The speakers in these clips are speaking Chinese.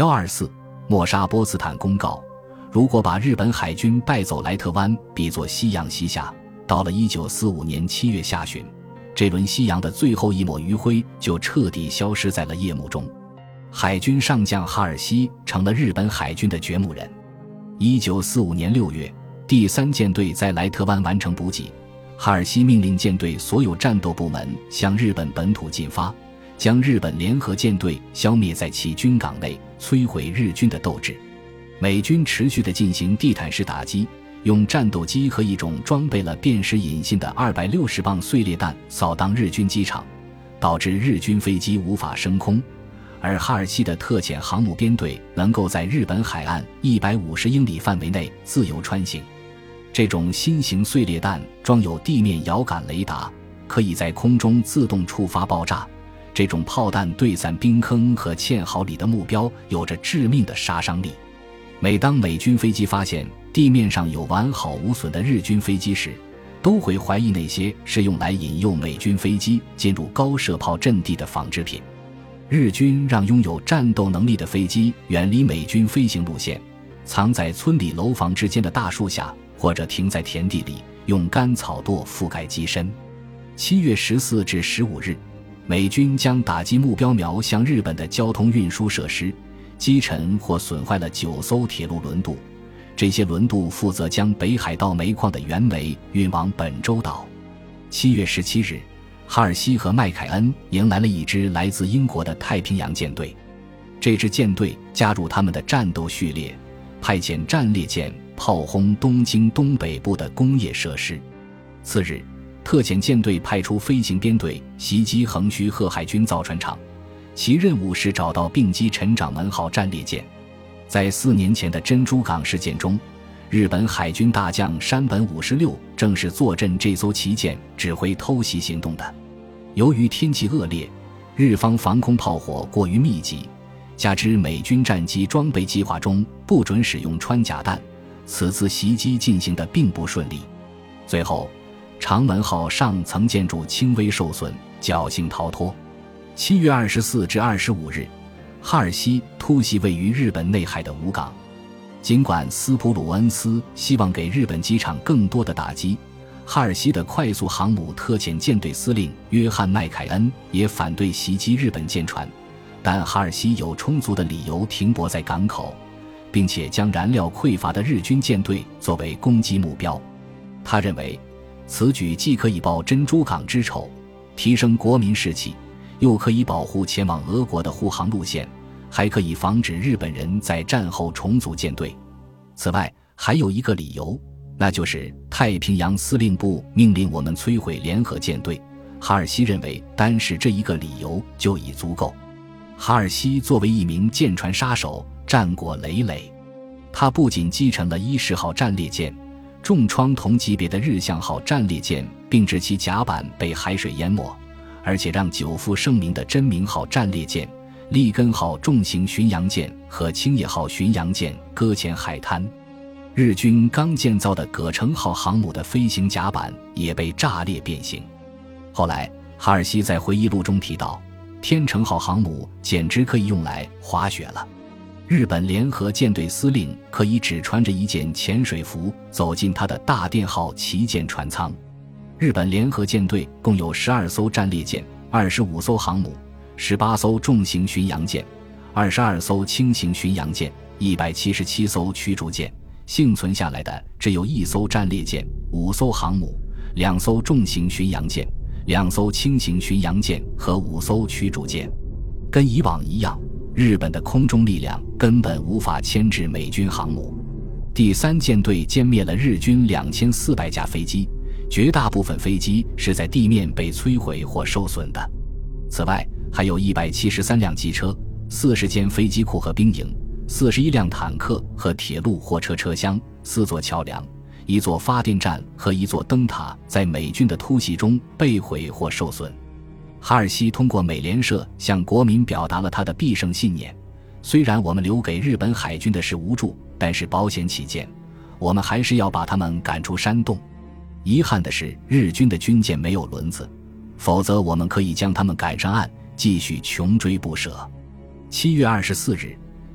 124默沙波茨坦公告，如果把日本海军带走莱特湾比作夕阳西下，到了1945年7月下旬，这轮夕阳的最后一抹余晖就彻底消失在了夜幕中。海军上将哈尔西成了日本海军的掘墓人。1945年6月，第3舰队在莱特湾完成补给，哈尔西命令舰队所有战斗部门向日本本土进发，将日本联合舰队消灭在其军港内，摧毁日军的斗志。美军持续地进行地毯式打击，用战斗机和一种装备了辨识引信的260磅碎裂弹扫荡日军机场，导致日军飞机无法升空，而哈尔西的特遣航母编队能够在日本海岸150英里范围内自由穿行。这种新型碎裂弹装有地面遥感雷达，可以在空中自动触发爆炸。这种炮弹对散兵坑和堑壕里的目标有着致命的杀伤力。每当美军飞机发现地面上有完好无损的日军飞机时，都会怀疑那些是用来引诱美军飞机进入高射炮阵地的仿制品。日军让拥有战斗能力的飞机远离美军飞行路线，藏在村里楼房之间的大树下，或者停在田地里，用干草垛覆盖机身。7月14至15日，美军将打击目标瞄向日本的交通运输设施，击沉或损坏了9艘铁路轮渡，这些轮渡负责将北海道煤矿的原煤运往本州岛。7月17日，哈尔西和麦凯恩迎来了一支来自英国的太平洋舰队。这支舰队加入他们的战斗序列，派遣战列舰炮轰东京东北部的工业设施。次日，特遣舰队派出飞行编队袭击横须贺海军造船厂，其任务是找到并击陈长门号战列舰。在4年前的珍珠港事件中，日本海军大将山本56正是坐镇这艘旗舰指挥偷袭行动的。由于天气恶劣，日方防空炮火过于密集，加之美军战机装备计划中不准使用穿甲弹，此次袭击进行得并不顺利。最后，长门号上层建筑轻微受损，侥幸逃脱。7月24至25日，哈尔西突袭位于日本内海的武港。尽管斯普鲁恩斯希望给日本机场更多的打击，哈尔西的快速航母特遣舰队司令约翰麦凯恩也反对袭击日本舰船，但哈尔西有充足的理由停泊在港口，并且将燃料匮乏的日军舰队作为攻击目标。他认为此举既可以报珍珠港之仇，提升国民士气，又可以保护前往俄国的护航路线，还可以防止日本人在战后重组舰队。此外，还有一个理由，那就是太平洋司令部命令我们摧毁联合舰队。哈尔西认为单是这一个理由就已足够。哈尔西作为一名舰船杀手，战果累累。他不仅击沉了10号战列舰，重创同级别的日向号战列舰，并致其甲板被海水淹没，而且让久负盛名的真名号战列舰、利根号重型巡洋舰和青叶号巡洋舰搁浅海滩。日军刚建造的葛城号航母的飞行甲板也被炸裂变形。后来，哈尔西在回忆录中提到，天成号航母简直可以用来滑雪了。日本联合舰队司令可以只穿着一件潜水服走进他的大电号旗舰船舱。日本联合舰队共有12艘战列舰、25艘航母、18艘重型巡洋舰、22艘轻型巡洋舰、177艘驱逐舰，幸存下来的只有1艘战列舰、5艘航母、2艘重型巡洋舰、2艘轻型巡洋舰和5艘驱逐舰。跟以往一样，日本的空中力量根本无法牵制美军航母。第3舰队歼灭了日军2400架飞机，绝大部分飞机是在地面被摧毁或受损的。此外，还有173辆机车、40间飞机库和兵营、41辆坦克和铁路货车车厢、4座桥梁、1座发电站和1座灯塔在美军的突袭中被毁或受损。哈尔西通过美联社向国民表达了他的必胜信念，虽然我们留给日本海军的是无助，但是保险起见，我们还是要把他们赶出山洞。遗憾的是，日军的军舰没有轮子，否则我们可以将他们赶上岸，继续穷追不舍。7月24日，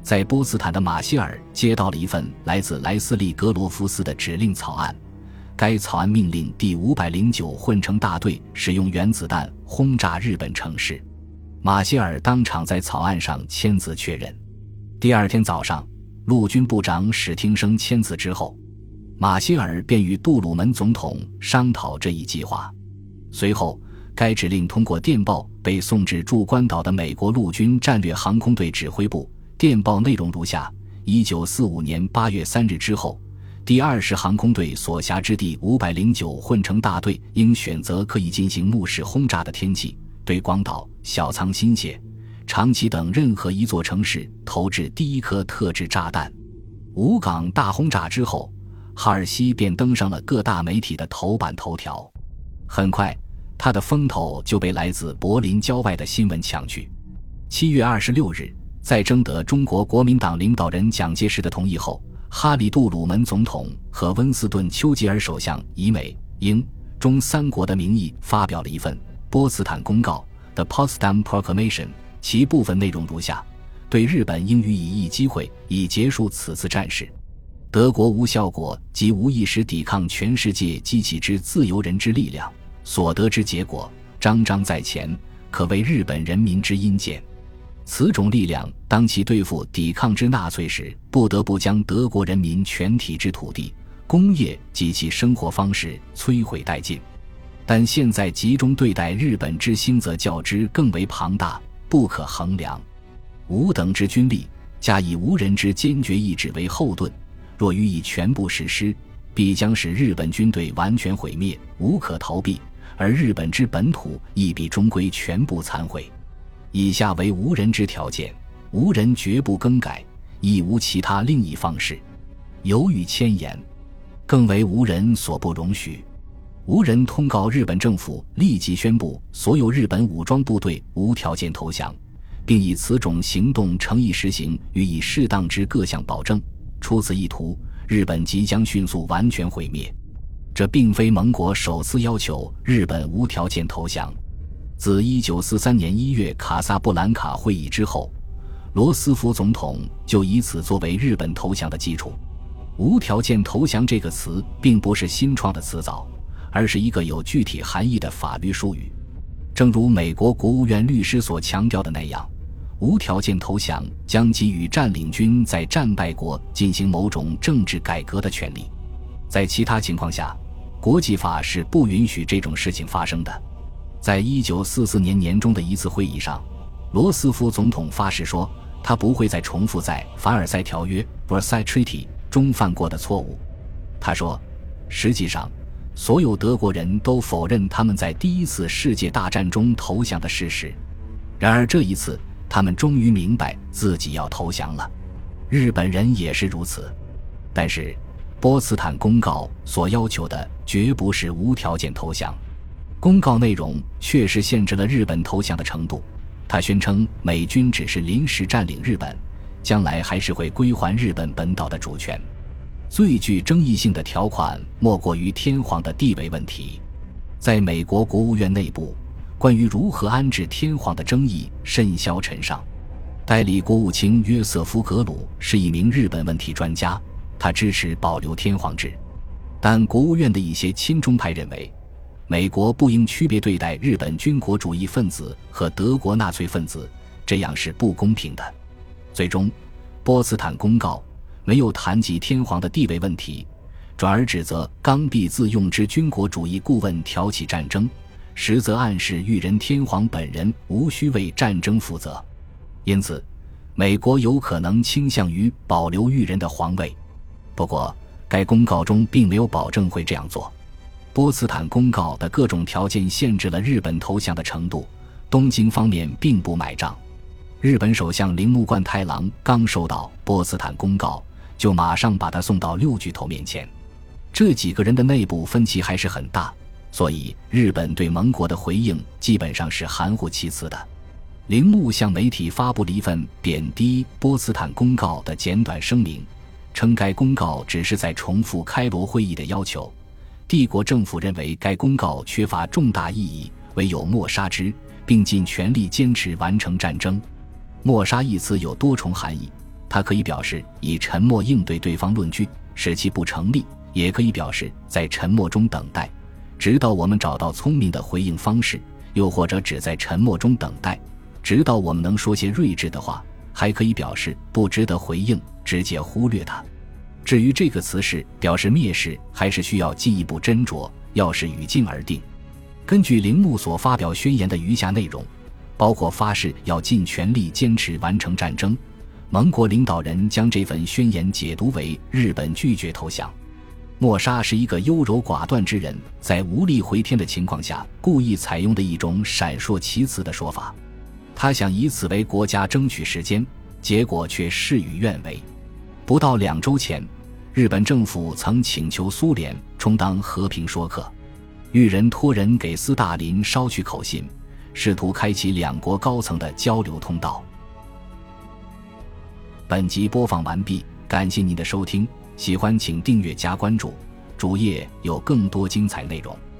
在波茨坦的马歇尔接到了一份来自莱斯利·格罗夫斯的指令草案，该草案命令第509混成大队使用原子弹轰炸日本城市。马歇尔当场在草案上签字确认。第二天早上，陆军部长史汀生签字之后，马歇尔便与杜鲁门总统商讨这一计划。随后，该指令通过电报被送至驻关岛的美国陆军战略航空队指挥部。电报内容如下：1945年8月3日之后，第20航空队所辖之第509混成大队应选择可以进行目视轰炸的天气，对广岛、小仓新泻、长崎等任何一座城市投掷第一颗特制炸弹。武港大轰炸之后，哈尔西便登上了各大媒体的头版头条。很快，他的风头就被来自柏林郊外的新闻抢去。7月26日，在征得中国国民党领导人蒋介石的同意后，哈里·杜鲁门总统和温斯顿·丘吉尔首相以美、英、中三国的名义发表了一份波茨坦公告 The Potsdam Proclamation， 其部分内容如下：对日本应予以一机会，以结束此次战事。德国无效果及无意识抵抗全世界激起之自由人之力量，所得之结果彰彰在前，可谓日本人民之阴间。此种力量当其对付抵抗之纳粹时，不得不将德国人民全体之土地、工业及其生活方式摧毁殆尽。但现在集中对待日本之心则较之更为庞大，不可衡量。吾等之军力，加以无人之坚决意志为后盾，若予以全部实施，必将使日本军队完全毁灭，无可逃避，而日本之本土亦必终归全部残毁。以下为无人之条件，无人绝不更改，亦无其他另一方式。有语千言，更为无人所不容许。无人通告日本政府立即宣布所有日本武装部队无条件投降，并以此种行动诚意实行予以适当之各项保证。出此意图，日本即将迅速完全毁灭。这并非盟国首次要求日本无条件投降。自1943年1月卡萨布兰卡会议之后，罗斯福总统就以此作为日本投降的基础。无条件投降这个词并不是新创的词藻，而是一个有具体含义的法律术语。正如美国国务院律师所强调的那样，无条件投降将给予占领军在战败国进行某种政治改革的权利。在其他情况下，国际法是不允许这种事情发生的。在1944年年中的一次会议上，罗斯福总统发誓说，他不会再重复在凡尔赛条约 Versailles Treaty 中犯过的错误。他说，实际上所有德国人都否认他们在第一次世界大战中投降的事实。然而这一次，他们终于明白自己要投降了。日本人也是如此。但是波茨坦公告所要求的绝不是无条件投降。公告内容确实限制了日本投降的程度，他宣称美军只是临时占领日本，将来还是会归还日本本岛的主权。最具争议性的条款莫过于天皇的地位问题。在美国国务院内部，关于如何安置天皇的争议甚嚣尘上。代理国务卿约瑟夫·格鲁是一名日本问题专家，他支持保留天皇制。但国务院的一些亲中派认为，美国不应区别对待日本军国主义分子和德国纳粹分子，这样是不公平的。最终，波茨坦公告没有谈及天皇的地位问题，转而指责刚愎自用之军国主义顾问挑起战争，实则暗示裕仁天皇本人无需为战争负责。因此，美国有可能倾向于保留裕仁的皇位。不过，该公告中并没有保证会这样做。波茨坦公告的各种条件限制了日本投降的程度，东京方面并不买账。日本首相铃木贯太郎刚收到波茨坦公告，就马上把他送到六巨头面前。这几个人的内部分歧还是很大，所以日本对盟国的回应基本上是含糊其辞的。铃木向媒体发布了一份贬低波茨坦公告的简短声明，称该公告只是在重复开罗会议的要求。帝国政府认为该公告缺乏重大意义，唯有抹杀之，并尽全力坚持完成战争。抹杀一词有多重含义， 它可以表示以沉默应对对方论据，使其不成立，也可以表示在沉默中等待，直到我们找到聪明的回应方式，又或者只在沉默中等待，直到我们能说些睿智的话，还可以表示不值得回应，直接忽略它。至于这个词是表示蔑视还是需要进一步斟酌，要视语境而定。根据铃木所发表宣言的余下内容，包括发誓要尽全力坚持完成战争，盟国领导人将这份宣言解读为日本拒绝投降。默沙是一个优柔寡断之人在无力回天的情况下故意采用的一种闪烁其词的说法，他想以此为国家争取时间，结果却事与愿违。不到2周前，日本政府曾请求苏联充当和平说客，裕仁托人给斯大林捎去口信，试图开启两国高层的交流通道。本集播放完毕，感谢您的收听，喜欢请订阅加关注，主页有更多精彩内容。